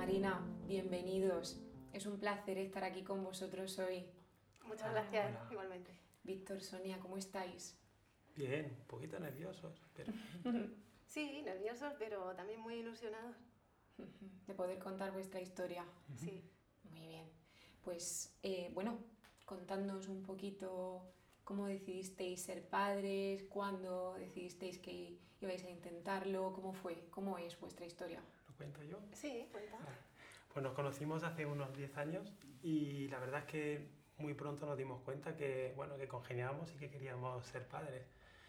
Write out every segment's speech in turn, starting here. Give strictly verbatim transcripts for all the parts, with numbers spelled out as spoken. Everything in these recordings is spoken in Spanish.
Marina, bienvenidos. Es un placer estar aquí con vosotros hoy. Muchas gracias, Hola. igualmente. Víctor, Sonia, ¿cómo estáis? Bien, un poquito nerviosos, pero Sí, nerviosos, pero también muy ilusionados. De poder contar vuestra historia. Sí. Muy bien. Pues, eh, bueno, contadnos un poquito cómo decidisteis ser padres, cuándo decidisteis que ibais a intentarlo, cómo fue, cómo es vuestra historia. ¿lo cuento yo? Sí, cuenta. Vale. Pues nos conocimos hace unos diez años y la verdad es que muy pronto nos dimos cuenta que, bueno, que congeniábamos y que queríamos ser padres.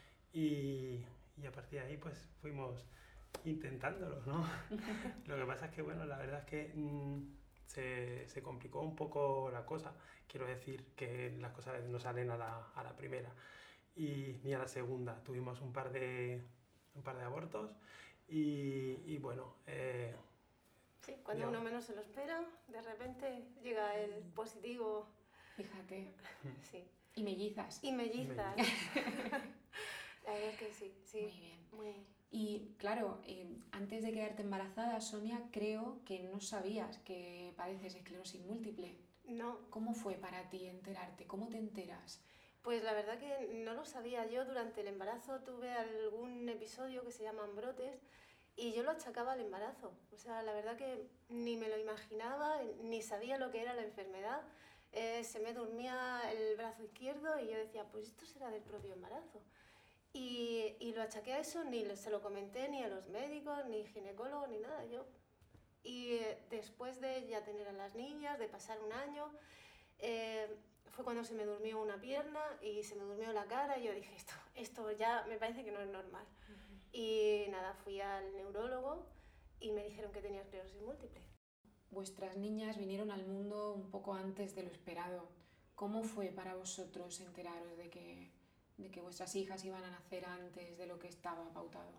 Y, y a partir de ahí pues fuimos intentándolo, ¿no? Lo que pasa es que, bueno, la verdad es que mmm, se, se complicó un poco la cosa. Quiero decir que las cosas no salen a la, a la primera y ni a la segunda. Tuvimos un par de, un par de abortos y, y bueno... Eh, Sí, cuando ya. uno menos se lo espera, de repente llega el positivo. Fíjate. Sí. Y mellizas. Y mellizas. La verdad es que sí, sí. Muy bien. Muy... Y claro, eh, antes de quedarte embarazada, Sonia, creo que no sabías que padeces esclerosis múltiple. No, ¿Cómo fue para ti enterarte? ¿Cómo te enteras? pues la verdad que no lo sabía. Yo durante el embarazo tuve algún episodio que se llaman brotes y yo lo achacaba al embarazo. O sea, la verdad que ni me lo imaginaba, ni sabía lo que era la enfermedad. Eh, se me dormía el brazo izquierdo y yo decía, pues esto será del propio embarazo. Y, y lo achaqué a eso, ni se lo comenté ni a los médicos, ni ginecólogos, ni nada. Yo. Y eh, después de ya tener a las niñas, de pasar un año, eh, fue cuando se me durmió una pierna y se me durmió la cara y yo dije, esto, esto ya me parece que no es normal. Uh-huh. Y nada, fui al neurólogo y me dijeron que tenía esclerosis múltiple. Vuestras niñas vinieron al mundo un poco antes de lo esperado. ¿Cómo fue para vosotros enteraros de que, de que vuestras hijas iban a nacer antes de lo que estaba pautado?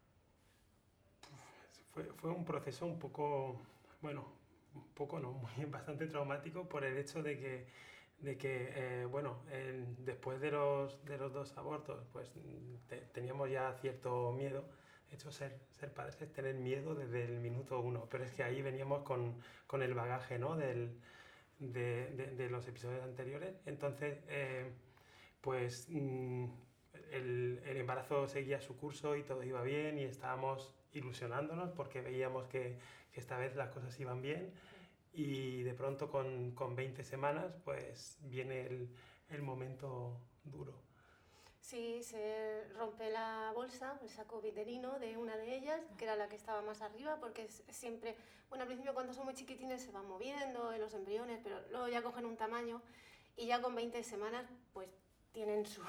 Fue, fue un proceso un poco, bueno, un poco no, muy, bastante traumático por el hecho de que, de que eh, bueno, en, después de los, de los dos abortos, pues te, teníamos ya cierto miedo. De hecho, ser, ser padres es tener miedo desde el minuto uno, pero es que ahí veníamos con, con el bagaje, ¿no? Del, de, de, de los episodios anteriores. Entonces, eh, pues mm, el, el embarazo seguía su curso y todo iba bien y estábamos ilusionándonos porque veíamos que, que esta vez las cosas iban bien y de pronto con, con veinte semanas pues viene el, el momento duro. Sí, se rompe la bolsa, el saco vitelino de una de ellas, que era la que estaba más arriba, porque es siempre, bueno, al principio cuando son muy chiquitines se van moviendo en los embriones, pero luego ya cogen un tamaño y ya con veinte semanas pues tienen su,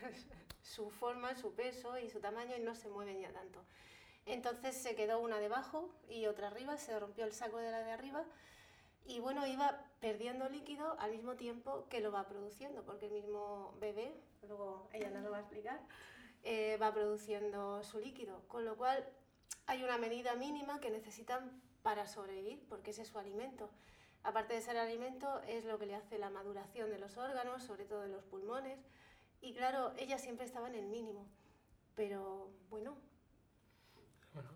su forma, su peso y su tamaño y no se mueven ya tanto. Entonces se quedó una debajo y otra arriba, se rompió el saco de la de arriba y bueno, iba perdiendo líquido al mismo tiempo que lo va produciendo, porque el mismo bebé, luego ella nos lo va a explicar, eh, va produciendo su líquido, con lo cual hay una medida mínima que necesitan para sobrevivir, porque ese es su alimento. Aparte de ser alimento, es lo que le hace la maduración de los órganos, sobre todo de los pulmones, y claro, ella siempre estaba en el mínimo, pero bueno... Bueno,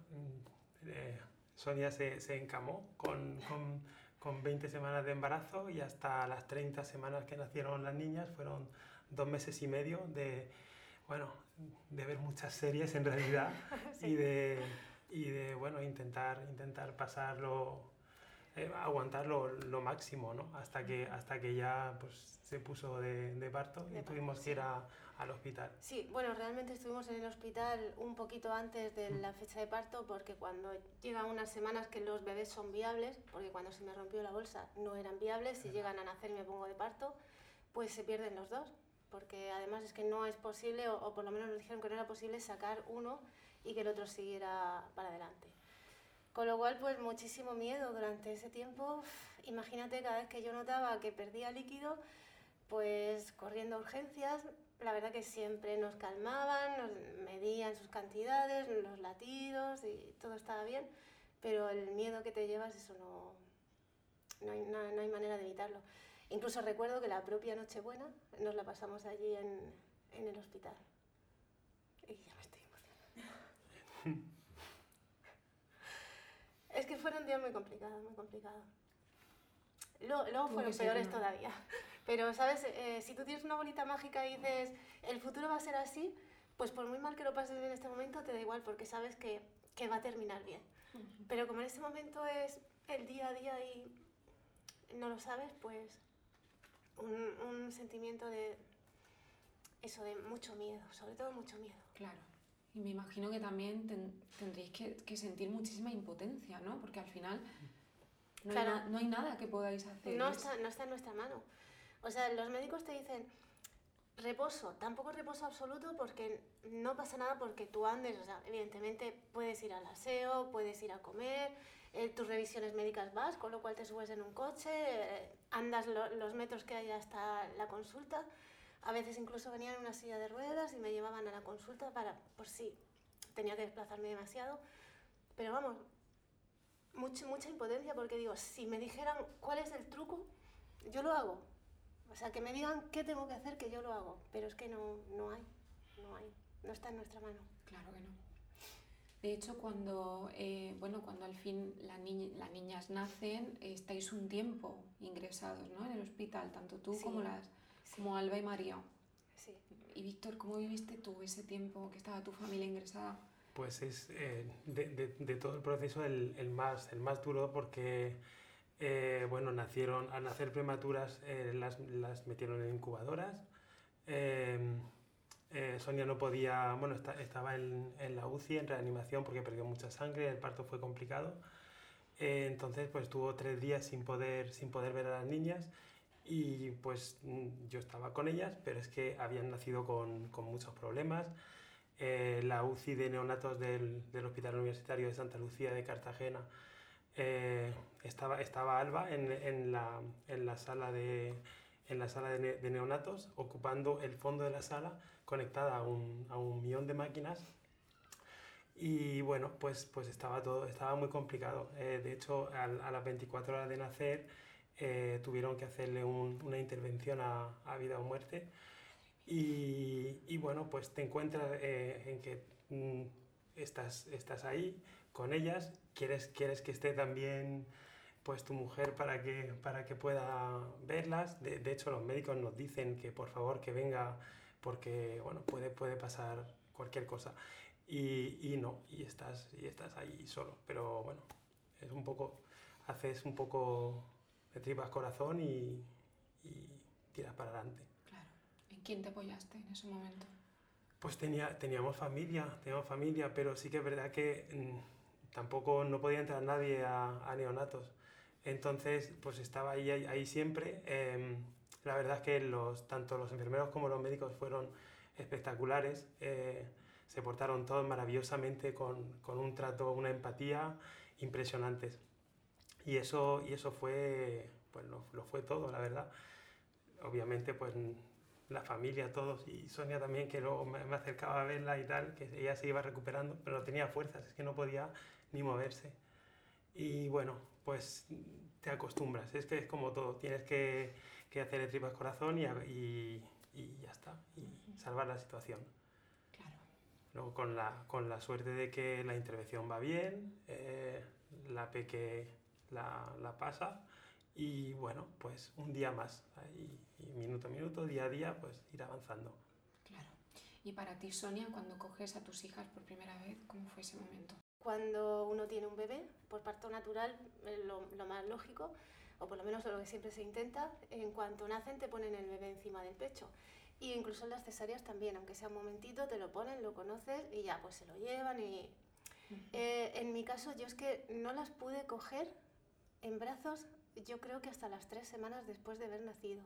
eh, Sonia se, se encamó con, con, con veinte semanas de embarazo y hasta las treinta semanas que nacieron las niñas fueron dos meses y medio de, bueno, de ver muchas series en realidad sí. y, de, y de bueno, intentar, intentar pasarlo, eh, aguantar lo, lo máximo, ¿no? Hasta que, hasta que ya pues, se puso de, de parto de y parto, tuvimos sí. que ir a, al hospital. Sí, bueno, realmente estuvimos en el hospital un poquito antes de la fecha de parto porque cuando llegan unas semanas que los bebés son viables, porque cuando se me rompió la bolsa no eran viables, si llegan a nacer y me pongo de parto, pues se pierden los dos, porque además es que no es posible, o, o por lo menos nos dijeron que no era posible sacar uno y que el otro siguiera para adelante. Con lo cual, pues muchísimo miedo durante ese tiempo. Imagínate, cada vez que yo notaba que perdía líquido, pues corriendo a urgencias, la verdad que siempre nos calmaban, nos medían sus cantidades, los latidos y todo estaba bien, pero el miedo que te llevas, eso no, no, hay, no, no hay manera de evitarlo. Incluso recuerdo que la propia Nochebuena nos la pasamos allí en, en el hospital. Y ya me estoy emocionando. Es que fueron días muy complicados, muy complicados. Luego, luego Tuvo fueron que ser, peores ¿no? todavía. Pero, ¿sabes? Eh, si tú tienes una bolita mágica y dices, el futuro va a ser así, pues por muy mal que lo pases en este momento, te da igual, porque sabes que, que va a terminar bien. Pero como en este momento es el día a día y no lo sabes, pues un, un sentimiento de eso, de mucho miedo, sobre todo mucho miedo. Claro. Y me imagino que también ten- tendréis que, que sentir muchísima impotencia, ¿no? Porque al final no, Claro. hay, na- no hay nada que podáis hacer. No Es- está, no está en nuestra mano. O sea, los médicos te dicen reposo, tampoco reposo absoluto porque no pasa nada porque tú andes, o sea, evidentemente puedes ir al aseo, puedes ir a comer, eh, tus revisiones médicas vas, con lo cual te subes en un coche, eh, andas lo- los metros que hay hasta la consulta. A veces incluso venían en una silla de ruedas y me llevaban a la consulta para, por si tenía que desplazarme demasiado. Pero vamos, mucho, mucha impotencia porque digo, si me dijeran cuál es el truco, yo lo hago. O sea, que me digan qué tengo que hacer, que yo lo hago. Pero es que no, no hay, no hay, no está en nuestra mano. Claro que no. De hecho, cuando, eh, bueno, cuando al fin la niña- las niñas nacen, eh, estáis un tiempo ingresados, ¿no? En el hospital, tanto tú Sí, como, las, sí. como Alba y María. Sí. Y Víctor, ¿cómo viviste tú ese tiempo que estaba tu familia ingresada? Pues es eh, de, de, de todo el proceso el, el, más, el más duro porque, eh, bueno, nacieron, al nacer prematuras eh, las, las metieron en incubadoras. Eh, eh, Sonia no podía, bueno, está, estaba en, en la U C I, en reanimación porque perdió mucha sangre, el parto fue complicado. Eh, entonces, pues estuvo tres días sin poder, sin poder ver a las niñas y pues mm, yo estaba con ellas, pero es que habían nacido con, con muchos problemas. Eh, la U C I de neonatos del, del Hospital Universitario de Santa Lucía de Cartagena, eh, estaba, estaba Alba en, en, la, en la sala, de, en la sala de, ne- de neonatos, ocupando el fondo de la sala, conectada a un, a un millón de máquinas. Y bueno, pues, pues estaba todo, estaba muy complicado. Eh, de hecho, al- a las veinticuatro horas de nacer, eh, tuvieron que hacerle un- una intervención a, a vida o muerte. Y, y bueno, pues te encuentras eh, en que mm, estás, estás ahí con ellas, quieres, quieres que esté también pues tu mujer para que, para que pueda verlas. De, de hecho, los médicos nos dicen que por favor que venga porque bueno, puede, puede pasar cualquier cosa. Y, y no, y estás, y estás ahí solo. Pero bueno, es un poco, haces un poco de tripas corazón y, y tiras para adelante. Claro. ¿En quién te apoyaste en ese momento? Pues tenía, teníamos familia, teníamos familia, pero sí que es verdad que mm, tampoco no podía entrar nadie a, a neonatos. Entonces, pues estaba ahí, ahí, ahí siempre. Eh, la verdad es que los, tanto los enfermeros como los médicos fueron espectaculares. Eh, se portaron todos maravillosamente con, con un trato, una empatía impresionantes. Y eso, y eso fue, pues lo, lo fue todo, la verdad. Obviamente, pues la familia, todos, y Sonia también, que luego me, me acercaba a verla y tal, que ella se iba recuperando, pero no tenía fuerzas, es que no podía ni moverse. Y bueno, pues te acostumbras, es que es como todo, tienes que, que hacer el tripas corazón y, y, y ya está, y salvar la situación. Claro. Luego con la, con la suerte de que la intervención va bien, eh, la peque la, la pasa y bueno, pues un día más, ahí, y minuto a minuto, día a día, pues ir avanzando. Claro. Y para ti, Sonia, cuando coges a tus hijas por primera vez, ¿cómo fue ese momento? Cuando uno tiene un bebé, por parto natural, eh, lo, lo más lógico, o por lo menos lo que siempre se intenta, en cuanto nacen te ponen el bebé encima del pecho. Y incluso en las cesáreas también, aunque sea un momentito, te lo ponen, lo conoces y ya pues se lo llevan. Y eh, en mi caso yo es que no las pude coger en brazos, yo creo que hasta las tres semanas después de haber nacido.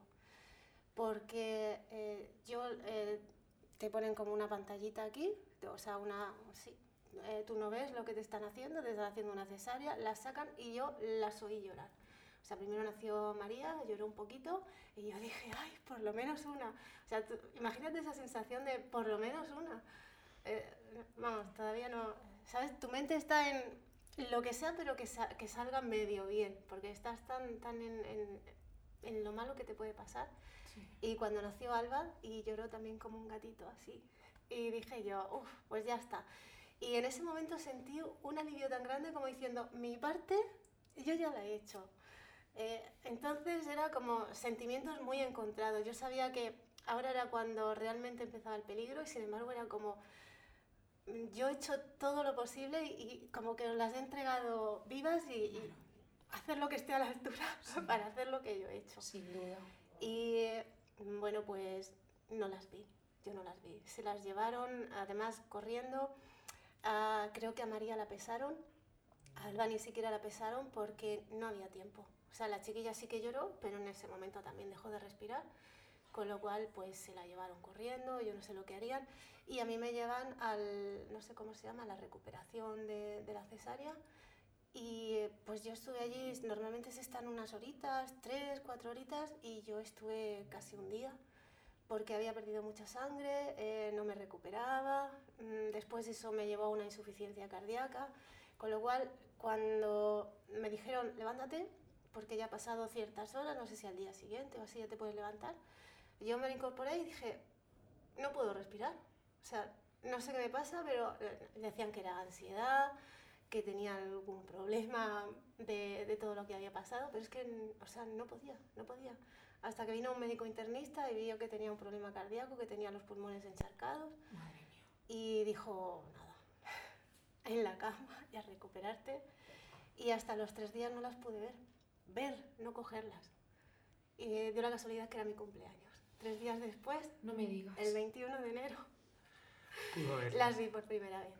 Porque eh, yo eh, te ponen como una pantallita aquí, o sea, una... Sí, eh, tú no ves lo que te están haciendo, te están haciendo una cesárea, la sacan y yo las oí llorar. O sea, primero nació María, lloró un poquito y yo dije, ay, por lo menos una. O sea, tú, imagínate esa sensación de por lo menos una. Eh, vamos, todavía no... ¿Sabes? Tu mente está en lo que sea, pero que, sa que salga medio bien, porque estás tan, tan en, en, en lo malo que te puede pasar. Sí. Y cuando nació Alba, y lloró también como un gatito así. Y dije yo, uff, pues ya está. Y en ese momento sentí un alivio tan grande como diciendo, mi parte yo ya la he hecho. Eh, entonces era como sentimientos muy encontrados. Yo sabía que ahora era cuando realmente empezaba el peligro y sin embargo era como, yo he hecho todo lo posible y, y como que las he entregado vivas y, y hacer lo que esté a la altura sí. para hacer lo que yo he hecho. Sin duda. Y bueno, pues no las vi, yo no las vi. Se las llevaron, además corriendo, a, creo que a María la pesaron, a Alba ni siquiera la pesaron porque no había tiempo. O sea, la chiquilla sí que lloró, pero en ese momento también dejó de respirar, con lo cual pues se la llevaron corriendo, yo no sé lo que harían, y a mí me llevan al, no sé cómo se llama, la recuperación de, de la cesárea, y pues yo estuve allí, normalmente se están unas horitas, tres, cuatro horitas, y yo estuve casi un día, porque había perdido mucha sangre, eh, no me recuperaba, después eso me llevó a una insuficiencia cardíaca, con lo cual cuando me dijeron levántate, porque ya ha pasado ciertas horas, no sé si al día siguiente o así ya te puedes levantar, yo me incorporé y dije, no puedo respirar, o sea, no sé qué me pasa, pero decían que era ansiedad, que tenía algún problema de, de todo lo que había pasado, pero es que, o sea, no podía, no podía. Hasta que vino un médico internista y vio que tenía un problema cardíaco, que tenía los pulmones encharcados. Madre mía. Y dijo, nada, en la cama y a recuperarte. Y hasta los tres días no las pude ver. Ver, no cogerlas. Y dio la casualidad que era mi cumpleaños. Tres días después, no me digas, el veintiuno de enero, las vi por primera vez.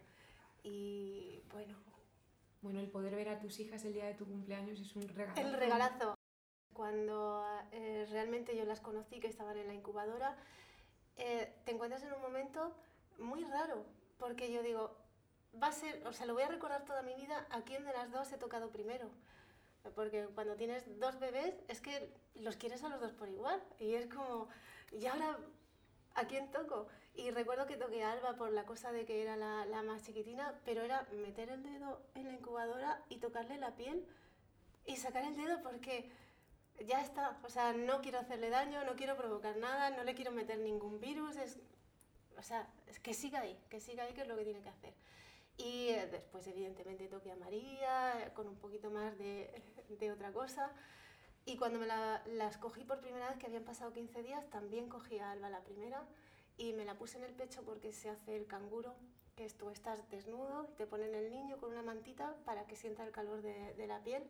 Y bueno... Bueno, el poder ver a tus hijas el día de tu cumpleaños es un regalazo. El regalazo. Cuando eh, realmente yo las conocí, que estaban en la incubadora, eh, te encuentras en un momento muy raro, porque yo digo, va a ser, o sea, lo voy a recordar toda mi vida a quién de las dos he tocado primero. Porque cuando tienes dos bebés es que los quieres a los dos por igual. Y es como, ¿y ahora a quién toco? Y recuerdo que toqué a Alba por la cosa de que era la, la más chiquitina, pero era meter el dedo en la incubadora y tocarle la piel y sacar el dedo porque ya está. O sea, no quiero hacerle daño, no quiero provocar nada, no le quiero meter ningún virus. Es, o sea, es que siga ahí, que siga ahí, que es lo que tiene que hacer. Y eh, después, evidentemente, toqué a María con un poquito más de, de otra cosa. Y cuando me la, las cogí por primera vez, que habían pasado quince días, también cogí a Alba la primera y me la puse en el pecho porque se hace el canguro, que es tú estás desnudo y te ponen el niño con una mantita para que sienta el calor de, de la piel.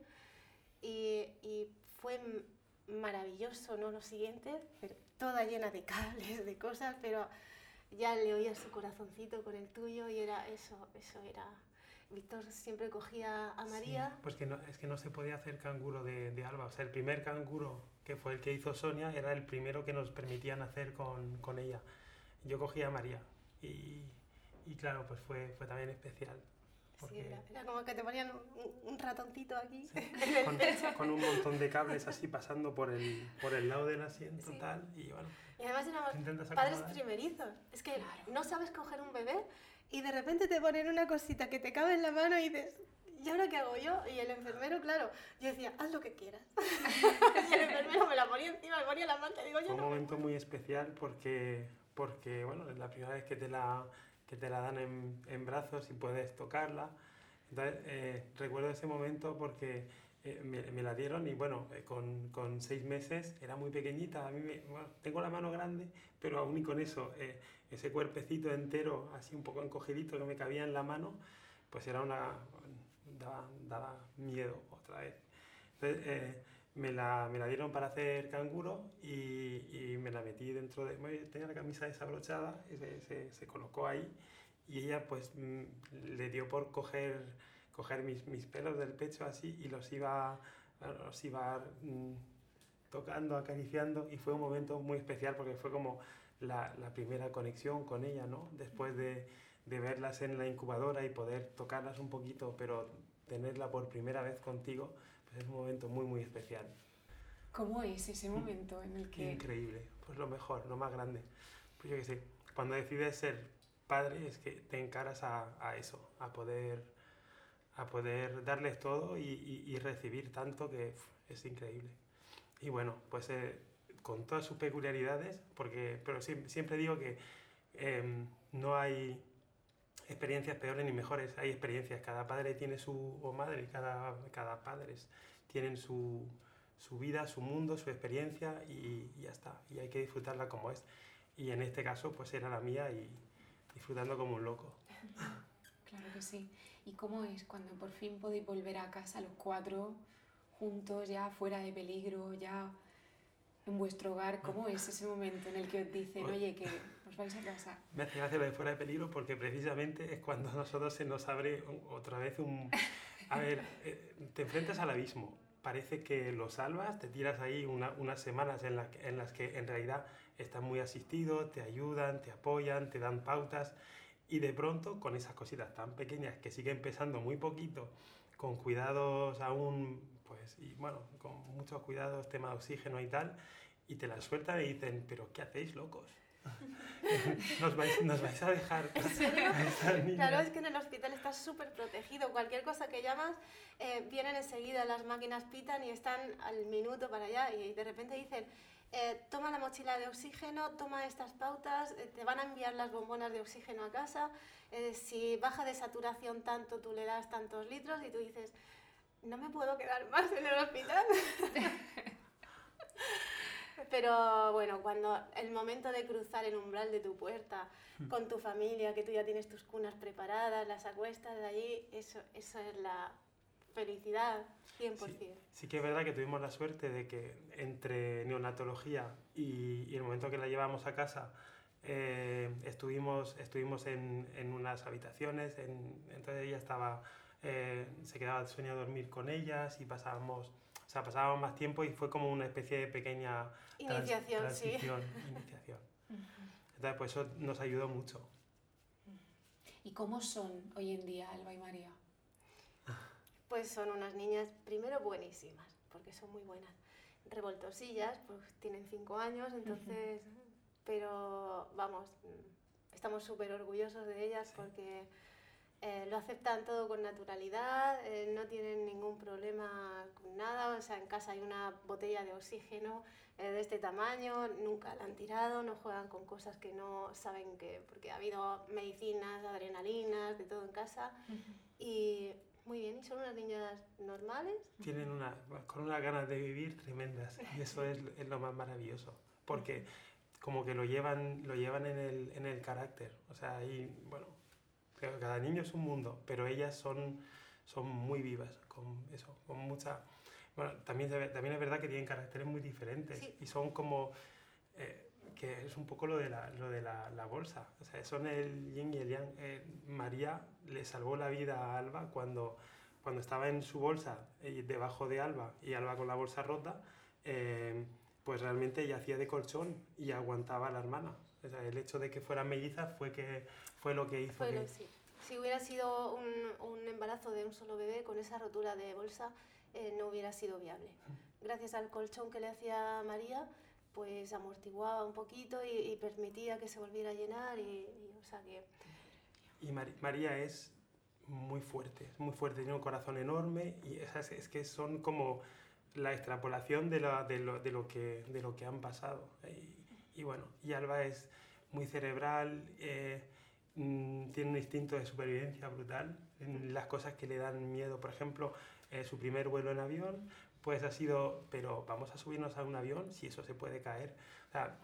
Y, y fue maravilloso, ¿no? Lo siguiente, pero toda llena de cables, de cosas, pero... ya le oía su corazoncito con el tuyo y era eso, eso era... Víctor siempre cogía a María. Sí, pues que no, es que no se podía hacer canguro de, de Alba. O sea, el primer canguro, que fue el que hizo Sonia, era el primero que nos permitían hacer con, con ella. Yo cogía a María y, y claro, pues fue, fue también especial. Porque... Sí, era, era como que te ponían un, un ratoncito aquí. Sí, con, con un montón de cables así pasando por el, por el lado del asiento, sí. Tal, y bueno... Y además éramos padres primerizos. Es que claro. No sabes coger un bebé y de repente te ponen una cosita que te cabe en la mano y dices, ¿y ahora qué hago yo? Y el enfermero, claro, yo decía, haz lo que quieras. Y el enfermero me la ponía encima, me ponía la manta y digo, yo Fue no. un momento muy especial porque, porque, bueno, es la primera vez que te la, que te la dan en, en brazos y puedes tocarla. Entonces, eh, recuerdo ese momento porque eh, me, me la dieron y, bueno, eh, con, con seis meses era muy pequeñita. A mí me, bueno, tengo la mano grande, pero aún y con eso, eh, ese cuerpecito entero, así un poco encogidito que me cabía en la mano, pues era una... daba, daba miedo otra vez. Entonces, eh, me, la, me la dieron para hacer canguro y, y me la metí dentro de... Tenía la camisa desabrochada y se, se, se colocó ahí y ella pues mm, le dio por coger, coger mis, mis pelos del pecho así y los iba, los iba mm, tocando, acariciando y fue un momento muy especial porque fue como la, la primera conexión con ella, ¿no? Después de, de verlas en la incubadora y poder tocarlas un poquito, pero tenerla por primera vez contigo, pues es un momento muy, muy especial. ¿Cómo es ese momento en el que...? Increíble, pues lo mejor, lo más grande. Pues yo qué sé, cuando decides ser padre es que te encaras a, a eso, a poder, a poder darles todo y, y, y recibir tanto que uf, es increíble. Y bueno, pues eh, con todas sus peculiaridades, porque, pero siempre, siempre digo que eh, no hay... experiencias peores ni mejores, hay experiencias, cada padre tiene su, o madre, cada, cada padre tienen su, su vida, su mundo, su experiencia y, y ya está, y hay que disfrutarla como es. Y en este caso pues era la mía y disfrutando como un loco. Claro que sí. ¿Y cómo es cuando por fin podéis volver a casa los cuatro juntos, ya fuera de peligro, ya en vuestro hogar? ¿Cómo es ese momento en el que os dicen, oye, que os vais a casa? Me hace gracia lo de fuera de peligro porque precisamente es cuando a nosotros se nos abre otra vez un... A ver, te enfrentas al abismo, parece que lo salvas, te tiras ahí una, unas semanas en, la, en las que en realidad estás muy asistido, te ayudan, te apoyan, te dan pautas y de pronto con esas cositas tan pequeñas que siguen pesando muy poquito, con cuidados aún, pues, y bueno, con muchos cuidados, tema de oxígeno y tal, y te las sueltan y dicen, pero ¿qué hacéis, locos? ¿Nos vais, nos vais a dejar? ¿En serio? Claro, es que en el hospital estás súper protegido. Cualquier cosa que llamas, eh, vienen enseguida, las máquinas pitan y están al minuto para allá y de repente dicen, eh, toma la mochila de oxígeno, toma estas pautas, eh, te van a enviar las bombonas de oxígeno a casa, eh, si baja de saturación tanto, tú le das tantos litros y tú dices, no me puedo quedar más en el hospital. Pero bueno, cuando el momento de cruzar el umbral de tu puerta con tu familia, que tú ya tienes tus cunas preparadas, las acuestas de allí, eso, eso es la felicidad cien por ciento. Sí, sí que es verdad que tuvimos la suerte de que entre neonatología y, y el momento que la llevamos a casa eh, estuvimos, estuvimos en, en unas habitaciones, en, entonces ella estaba, eh, se quedaba de sueño a dormir con ellas y pasábamos... O sea, pasábamos más tiempo y fue como una especie de pequeña iniciación, trans, transición, sí. iniciación. Entonces, pues eso nos ayudó mucho. ¿Y cómo son hoy en día Alba y María? Pues son unas niñas, primero, buenísimas, porque son muy buenas. Revoltosillas, pues tienen cinco años, entonces... Uh-huh. Pero, vamos, estamos súper orgullosos de ellas, sí. Porque... Eh, lo aceptan todo con naturalidad, eh, no tienen ningún problema con nada, o sea, en casa hay una botella de oxígeno eh, de este tamaño, nunca la han tirado, no juegan con cosas que no saben que, porque ha habido medicinas, adrenalinas, de todo en casa, uh-huh. Y muy bien, y son unas niñas normales. Tienen una, con unas ganas de vivir tremendas, y eso es, es lo más maravilloso, porque como que lo llevan, lo llevan en el, en el carácter, o sea, ahí, bueno... Cada niño es un mundo, pero ellas son, son muy vivas, con eso, con mucha... Bueno, también, también es verdad que tienen caracteres muy diferentes, sí. Y son como... Eh, que es un poco lo de, la, lo de la, la bolsa, o sea, son el yin y el yang. Eh, María le salvó la vida a Alba cuando, cuando estaba en su bolsa, eh, debajo de Alba, y Alba con la bolsa rota, eh, pues realmente ella hacía de colchón y aguantaba a la hermana. O sea, el hecho de que fueran mellizas fue, que, fue lo que hizo fue que... Lo, sí. Si hubiera sido un, un embarazo de un solo bebé con esa rotura de bolsa, eh, no hubiera sido viable. Gracias al colchón que le hacía María, pues amortiguaba un poquito y, y permitía que se volviera a llenar. Y, y, o sea que... y Mar- María es muy fuerte, es muy fuerte, tiene un corazón enorme y esas, es que son como la extrapolación de, la, de, lo, de, lo, que, de lo que han pasado. Y, y bueno, y Alba es muy cerebral, eh, mmm, tiene un instinto de supervivencia brutal en las cosas que le dan miedo. Por ejemplo, eh, su primer vuelo en avión, pues ha sido, pero vamos a subirnos a un avión si eso se puede caer. O sea,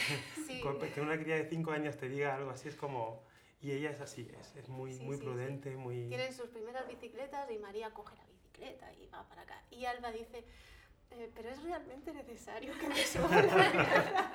sí. Que una cría de cinco años te diga algo así es como... Y ella es así, es, es muy, sí, muy sí, prudente, sí. muy... Tienen sus primeras bicicletas y María coge la bicicleta y va para acá. Y Alba dice, eh, pero es realmente necesario que me suba la bicicleta.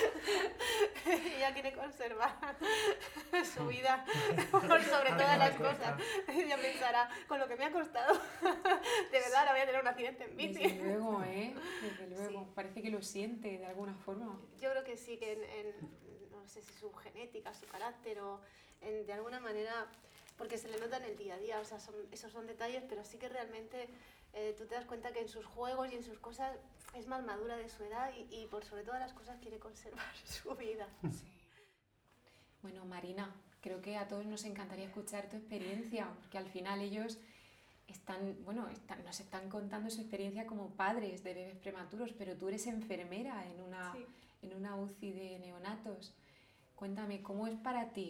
Ella quiere conservar su vida por sobre todas las cosas. Ella pensará, con lo que me ha costado, de verdad ahora voy a tener un accidente en bici. Desde luego, ¿eh? Desde luego. Sí. Parece que lo siente de alguna forma. Yo creo que sí, que en, en no sé si su genética, su carácter o en, de alguna manera, porque se le nota en el día a día, o sea, son, esos son detalles, pero sí que realmente eh, tú te das cuenta que en sus juegos y en sus cosas es más madura de su edad y, y por sobre todas las cosas quiere conservar su vida. Sí. Bueno, Marina, creo que a todos nos encantaría escuchar tu experiencia, porque al final ellos están, bueno, están, nos están contando su experiencia como padres de bebés prematuros, pero tú eres enfermera en una, sí. en una U C I de neonatos. Cuéntame, ¿cómo es para ti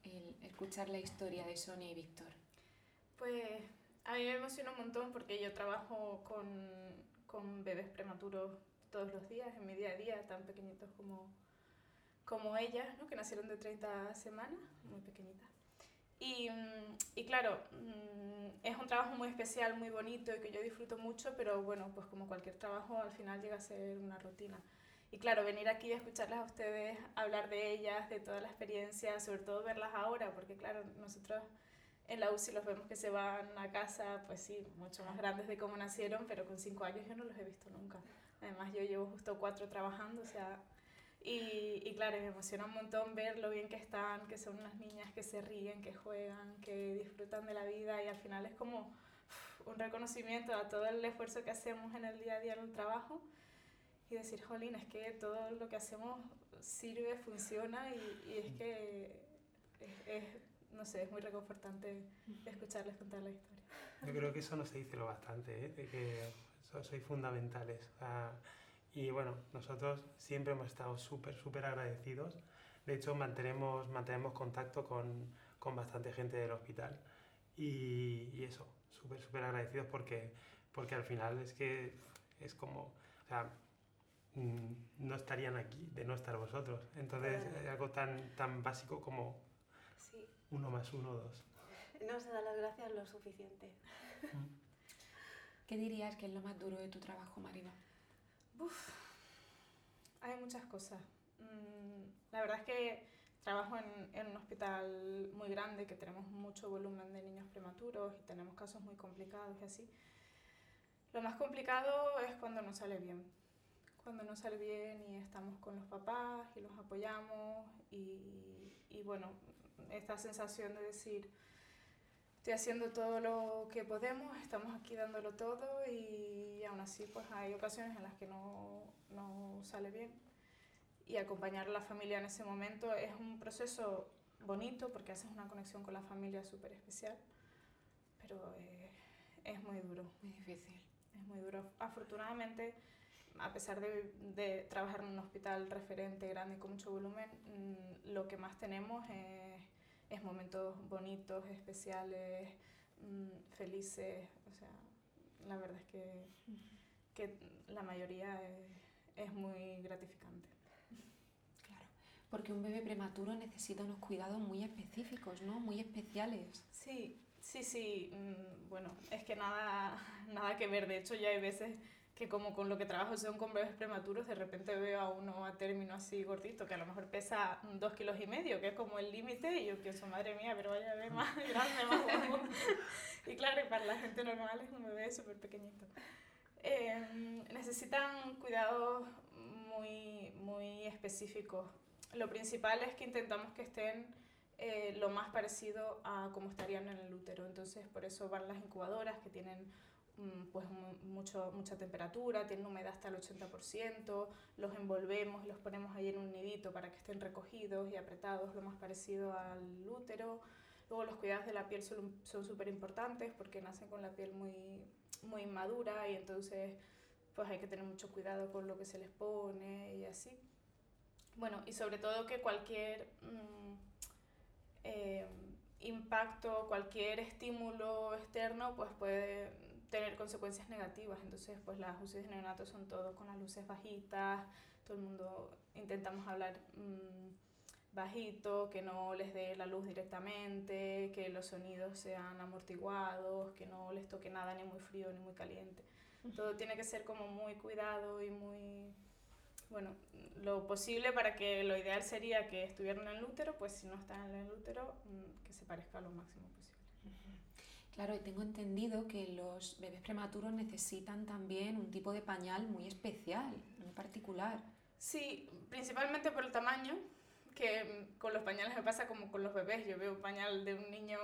el escuchar la historia de Sonia y Víctor? Pues a mí me emociona un montón porque yo trabajo con, con bebés prematuros todos los días, en mi día a día, tan pequeñitos como, como ellas, ¿no? Que nacieron de treinta semanas, muy pequeñitas. Y, y claro, es un trabajo muy especial, muy bonito y que yo disfruto mucho, pero bueno, pues como cualquier trabajo al final llega a ser una rutina. Y claro, venir aquí a escucharlas a ustedes, hablar de ellas, de toda la experiencia, sobre todo verlas ahora, porque claro, nosotros en la U C I los vemos que se van a casa, pues sí, mucho más grandes de cómo nacieron, pero con cinco años yo no los he visto nunca. Además yo llevo justo cuatro trabajando, o sea... Y, y claro, me emociona un montón ver lo bien que están, que son unas niñas que se ríen, que juegan, que disfrutan de la vida y al final es como uf, un reconocimiento a todo el esfuerzo que hacemos en el día a día en el trabajo y decir, jolín, es que todo lo que hacemos sirve, funciona y, y es que es, es, no sé, es muy reconfortante escucharles contar la historia. Yo creo que eso no se dice lo bastante, ¿eh? De que so, sois fundamentales. O sea, y bueno, nosotros siempre hemos estado súper, súper agradecidos. De hecho, mantenemos, mantenemos contacto con, con bastante gente del hospital. Y, y eso, súper, súper agradecidos porque, porque al final es que es como, o sea, no estarían aquí de no estar vosotros. Entonces, claro. Es algo tan, tan básico como sí. uno más uno, dos. No se da las gracias lo suficiente. ¿Qué dirías que es lo más duro de tu trabajo, Marina? Uf, hay muchas cosas. La verdad es que trabajo en, en un hospital muy grande, que tenemos mucho volumen de niños prematuros y tenemos casos muy complicados y así. Lo más complicado es cuando no sale bien. Cuando no sale bien y estamos con los papás y los apoyamos y, y bueno, esta sensación de decir, estoy haciendo todo lo que podemos, estamos aquí dándolo todo y aún así pues hay ocasiones en las que no, no sale bien. Y acompañar a la familia en ese momento es un proceso bonito porque haces una conexión con la familia súper especial, pero eh, es muy duro. Muy difícil. Es muy duro. Afortunadamente, a pesar de, de trabajar en un hospital referente, grande y con mucho volumen, mmm, lo que más tenemos es, es momentos bonitos, especiales, mmm, felices. O sea, la verdad es que, que la mayoría es, es muy gratificante. Claro, porque un bebé prematuro necesita unos cuidados muy específicos, ¿no? Muy especiales. Sí, sí, sí. Mmm, bueno, es que nada, nada que ver. De hecho, ya hay veces que como con lo que trabajo son con bebés prematuros, de repente veo a uno a término así gordito, que a lo mejor pesa dos kilos y medio, que es como el límite, y yo pienso, madre mía, pero vaya bebé más grande, más guapo. Y claro, y para la gente normal es un bebé súper pequeñito. Eh, necesitan cuidados muy, muy específicos. Lo principal es que intentamos que estén eh, lo más parecido a como estarían en el útero, entonces por eso van las incubadoras que tienen pues mucho, mucha temperatura, tienen humedad hasta el ochenta por ciento, los envolvemos y los ponemos ahí en un nidito para que estén recogidos y apretados lo más parecido al útero. Luego los cuidados de la piel son súper importantes porque nacen con la piel muy, muy inmadura y entonces pues hay que tener mucho cuidado con lo que se les pone y así. Bueno, y sobre todo que cualquier mmm, eh, impacto, cualquier estímulo externo pues puede tener consecuencias negativas, entonces pues las U C Is de neonatos son todo con las luces bajitas, todo el mundo intentamos hablar mmm, bajito, que no les dé la luz directamente, que los sonidos sean amortiguados, que no les toque nada ni muy frío ni muy caliente. Todo tiene que ser como muy cuidado y muy, bueno, lo posible para que lo ideal sería que estuvieran en el útero, pues si no están en el útero, mmm, que se parezca lo máximo posible. Claro, y tengo entendido que los bebés prematuros necesitan también un tipo de pañal muy especial, muy particular. Sí, principalmente por el tamaño, que con los pañales me pasa como con los bebés. Yo veo un pañal de un niño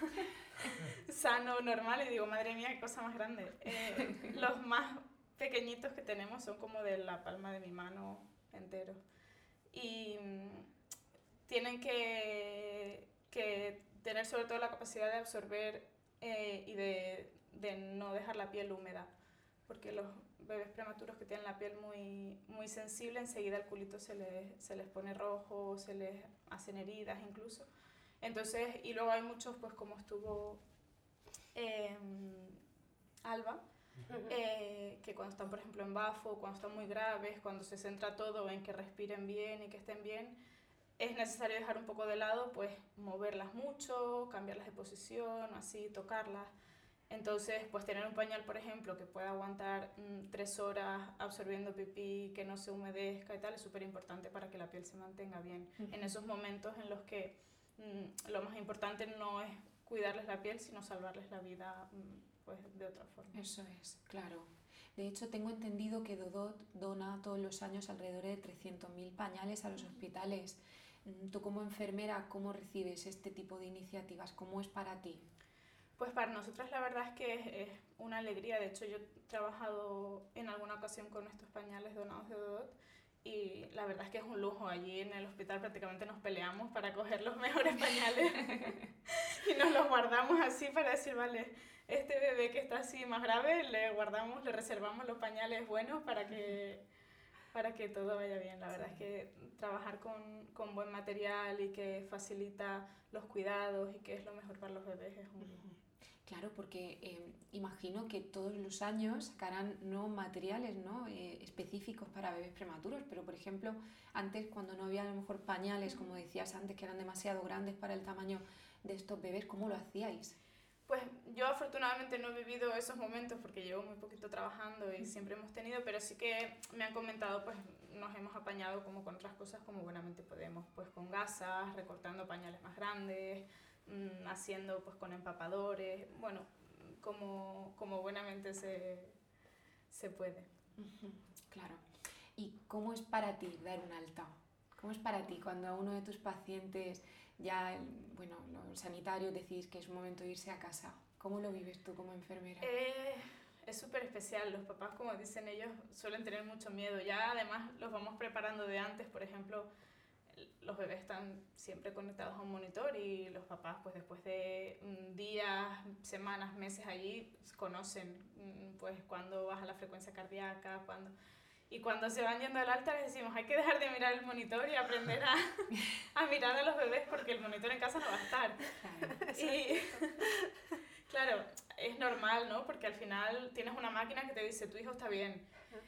sano, normal, y digo, madre mía, qué cosa más grande. Eh, los más pequeñitos que tenemos son como de la palma de mi mano entero. Y tienen que, que tener sobre todo la capacidad de absorber Eh, y de, de no dejar la piel húmeda, porque los bebés prematuros que tienen la piel muy, muy sensible, enseguida el culito se les, se les pone rojo, se les hacen heridas incluso. Entonces, y luego hay muchos, pues como estuvo eh, Alba, eh, que cuando están, por ejemplo, en bafo, cuando están muy graves, cuando se centra todo en que respiren bien y que estén bien, es necesario dejar un poco de lado, pues moverlas mucho, cambiarlas de posición, así, tocarlas. Entonces, pues tener un pañal, por ejemplo, que pueda aguantar mmm, tres horas absorbiendo pipí, que no se humedezca y tal, es súper importante para que la piel se mantenga bien. Uh-huh. En esos momentos en los que mmm, lo más importante no es cuidarles la piel, sino salvarles la vida mmm, pues, de otra forma. Eso es, claro. De hecho, tengo entendido que Dodot dona todos los años alrededor de trescientos mil pañales a los hospitales. Tú como enfermera, ¿cómo recibes este tipo de iniciativas? ¿Cómo es para ti? Pues para nosotras la verdad es que es, es una alegría. De hecho, yo he trabajado en alguna ocasión con estos pañales donados de Dodot y la verdad es que es un lujo. Allí en el hospital prácticamente nos peleamos para coger los mejores pañales y nos los guardamos así para decir, vale, este bebé que está así más grave, le guardamos, le reservamos los pañales buenos para que, para que todo vaya bien. La verdad sí. Es que trabajar con, con buen material y que facilita los cuidados y que es lo mejor para los bebés es un lujo. Claro, porque eh, imagino que todos los años sacarán nuevos materiales, ¿no? eh, específicos para bebés prematuros, pero por ejemplo, antes cuando no había a lo mejor pañales, como decías antes, que eran demasiado grandes para el tamaño de estos bebés, ¿cómo lo hacíais? Pues yo afortunadamente no he vivido esos momentos porque llevo muy poquito trabajando y siempre hemos tenido, pero sí que me han comentado, pues nos hemos apañado como con otras cosas como buenamente podemos, pues con gasas, recortando pañales más grandes, mmm, haciendo pues con empapadores, bueno, como, como buenamente se, se puede. Uh-huh, claro. ¿Y cómo es para ti dar un alta? ¿Cómo es para ti cuando a uno de tus pacientes ya, bueno, los sanitarios decís que es un momento de irse a casa? ¿Cómo lo vives tú como enfermera? Eh, es súper especial. Los papás, como dicen ellos, suelen tener mucho miedo. Ya además los vamos preparando de antes. Por ejemplo, los bebés están siempre conectados a un monitor y los papás, pues después de días, semanas, meses allí, conocen pues cuándo baja la frecuencia cardíaca, cuándo... Y cuando se van yendo al alta les decimos, hay que dejar de mirar el monitor y aprender a, a mirar a los bebés porque el monitor en casa no va a estar. Claro. Y claro, es normal, ¿no? Porque al final tienes una máquina que te dice, tu hijo está bien.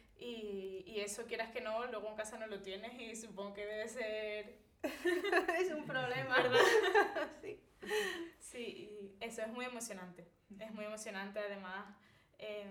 Y, y eso, quieras que no, luego en casa no lo tienes y supongo que debe ser... es un problema, ¿verdad? Sí. Sí, y eso es muy emocionante. Es muy emocionante, además. Eh,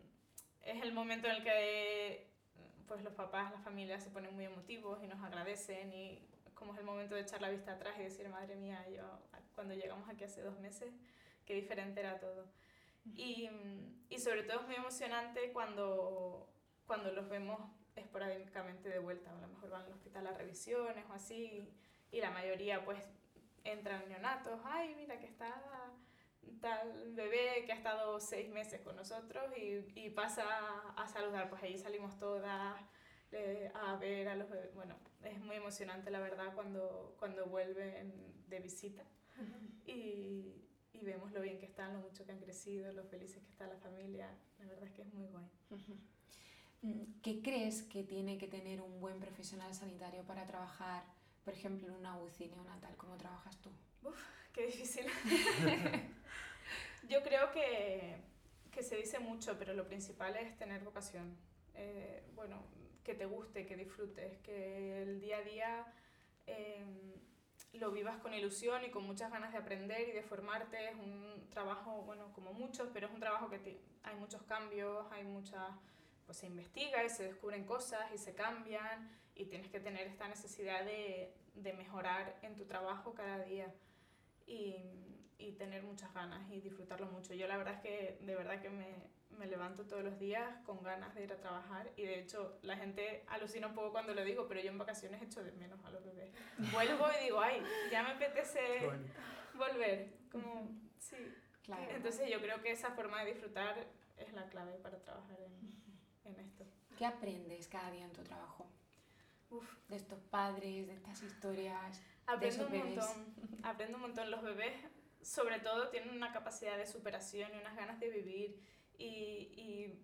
es el momento en el que... pues los papás, las familias se ponen muy emotivos y nos agradecen y como es el momento de echar la vista atrás y decir, madre mía, yo cuando llegamos aquí hace dos meses, qué diferente era todo. Y, y sobre todo es muy emocionante cuando, cuando los vemos esporádicamente de vuelta, a lo mejor van al hospital a revisiones o así, y la mayoría pues entran neonatos, ay, mira que está... tal bebé que ha estado seis meses con nosotros y, y pasa a saludar, pues ahí salimos todas eh, a ver a los bebés. Bueno, es muy emocionante la verdad cuando, cuando vuelven de visita y, y vemos lo bien que están, lo mucho que han crecido, lo felices que está la familia, la verdad es que es muy guay. ¿Qué crees que tiene que tener un buen profesional sanitario para trabajar, por ejemplo, en una U C I neonatal? ¿Cómo trabajas tú? Uf, qué difícil. Yo creo que, que se dice mucho, pero lo principal es tener vocación. Eh, bueno, que te guste, que disfrutes, que el día a día eh, lo vivas con ilusión y con muchas ganas de aprender y de formarte. Es un trabajo, bueno, como muchos, pero es un trabajo que te, hay muchos cambios, hay muchas, pues se investiga y se descubren cosas y se cambian y tienes que tener esta necesidad de, de mejorar en tu trabajo cada día. Y, y tener muchas ganas y disfrutarlo mucho. Yo la verdad es que de verdad que me, me levanto todos los días con ganas de ir a trabajar y de hecho la gente alucina un poco cuando lo digo, pero yo en vacaciones echo de menos a los bebés. Vuelvo y digo, ay, ya me apetece volver. Como, sí. Claro. Entonces yo creo que esa forma de disfrutar es la clave para trabajar en, en esto. ¿Qué aprendes cada día en tu trabajo? Uf. De estos padres, de estas historias... Aprendo un montón, aprendo un montón. Los bebés, sobre todo, tienen una capacidad de superación y unas ganas de vivir y,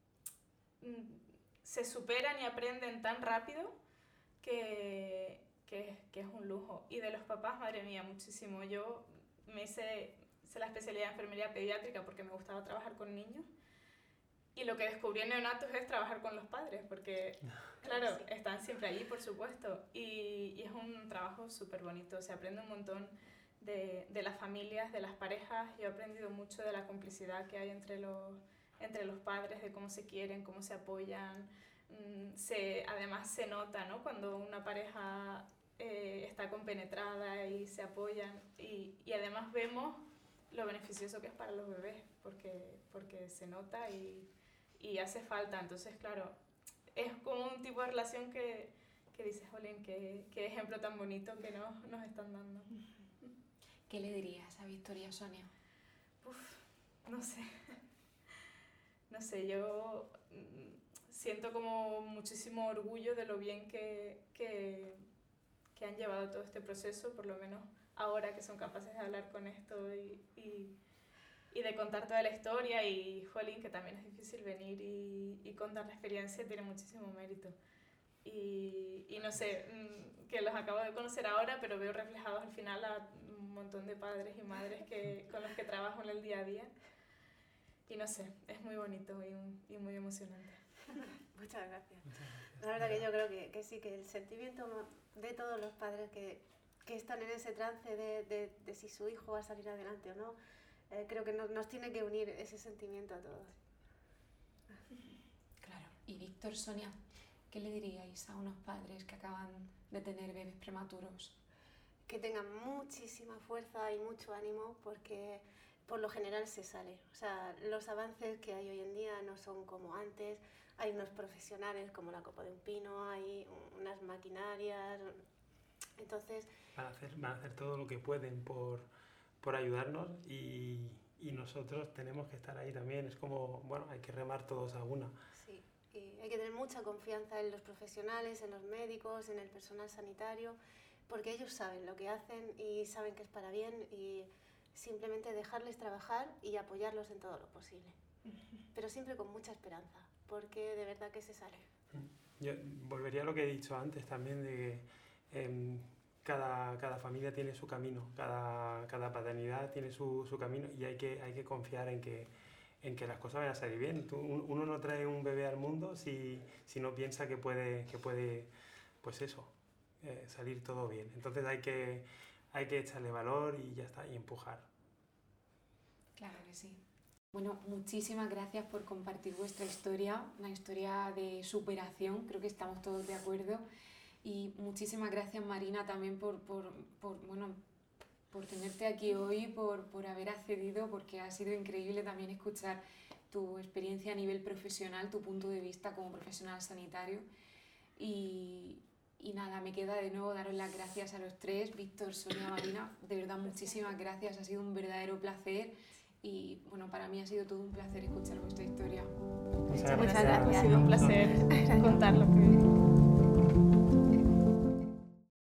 y se superan y aprenden tan rápido que, que, que es un lujo. Y de los papás, madre mía, muchísimo. Yo me hice, hice la especialidad de enfermería pediátrica porque me gustaba trabajar con niños. Y lo que descubrí en neonatos es trabajar con los padres, porque, claro, sí, están siempre allí, por supuesto. Y, y es un trabajo súper bonito. Se aprende un montón de, de las familias, de las parejas. Yo he aprendido mucho de la complicidad que hay entre los, entre los padres, de cómo se quieren, cómo se apoyan. Se, además se nota, ¿no?, cuando una pareja eh, está compenetrada y se apoyan, y, y además vemos lo beneficioso que es para los bebés, porque, porque se nota y, y hace falta. Entonces, claro, es como un tipo de relación que, que dices, jolín, qué, qué ejemplo tan bonito que nos, nos están dando. ¿Qué le dirías a Victoria, Sonia? Uf, no sé. No sé, yo siento como muchísimo orgullo de lo bien que, que, que han llevado todo este proceso, por lo menos ahora que son capaces de hablar con esto y, y, y de contar toda la historia. Y, jolín, que también es difícil venir y, y contar la experiencia, tiene muchísimo mérito. Y, y no sé, que los acabo de conocer ahora, pero veo reflejados al final a un montón de padres y madres que, con los que trabajo en el día a día. Y no sé, es muy bonito y, y muy emocionante. Muchas gracias. La verdad que yo creo que, que sí, que el sentimiento de todos los padres que, que están en ese trance de, de, de si su hijo va a salir adelante o no, eh, creo que nos, nos tiene que unir ese sentimiento a todos. Claro. Y Víctor, Sonia, ¿qué le diríais a unos padres que acaban de tener bebés prematuros? Que tengan muchísima fuerza y mucho ánimo, porque por lo general se sale. O sea, los avances que hay hoy en día no son como antes. Hay unos profesionales como la Copa de un Pino, hay unas maquinarias. Entonces, van a hacer, van a hacer todo lo que pueden por, por ayudarnos, y, y nosotros tenemos que estar ahí también. Es como, bueno, hay que remar todos a una. Sí, y hay que tener mucha confianza en los profesionales, en los médicos, en el personal sanitario, porque ellos saben lo que hacen y saben que es para bien, y simplemente dejarles trabajar y apoyarlos en todo lo posible. Pero siempre con mucha esperanza, porque de verdad que se sale. Yo volvería a lo que he dicho antes también, de que eh, cada, cada familia tiene su camino, cada, cada paternidad tiene su, su camino, y hay que, hay que confiar en que, en que las cosas van a salir bien. Tú, uno no trae un bebé al mundo si, si no piensa que puede, que puede pues eso, eh, salir todo bien. Entonces hay que, hay que echarle valor y ya está, y empujar. Claro que sí. Bueno, muchísimas gracias por compartir vuestra historia, una historia de superación, creo que estamos todos de acuerdo. Y muchísimas gracias, Marina, también por, por, por, bueno, por tenerte aquí hoy, por, por haber accedido, porque ha sido increíble también escuchar tu experiencia a nivel profesional, tu punto de vista como profesional sanitario. Y, y nada, me queda de nuevo daros las gracias a los tres, Víctor, Sonia, Marina. De verdad, muchísimas gracias, ha sido un verdadero placer. Y bueno, para mí ha sido todo un placer escuchar vuestra historia. Muchas gracias. gracias. Ha sido un placer contar lo que...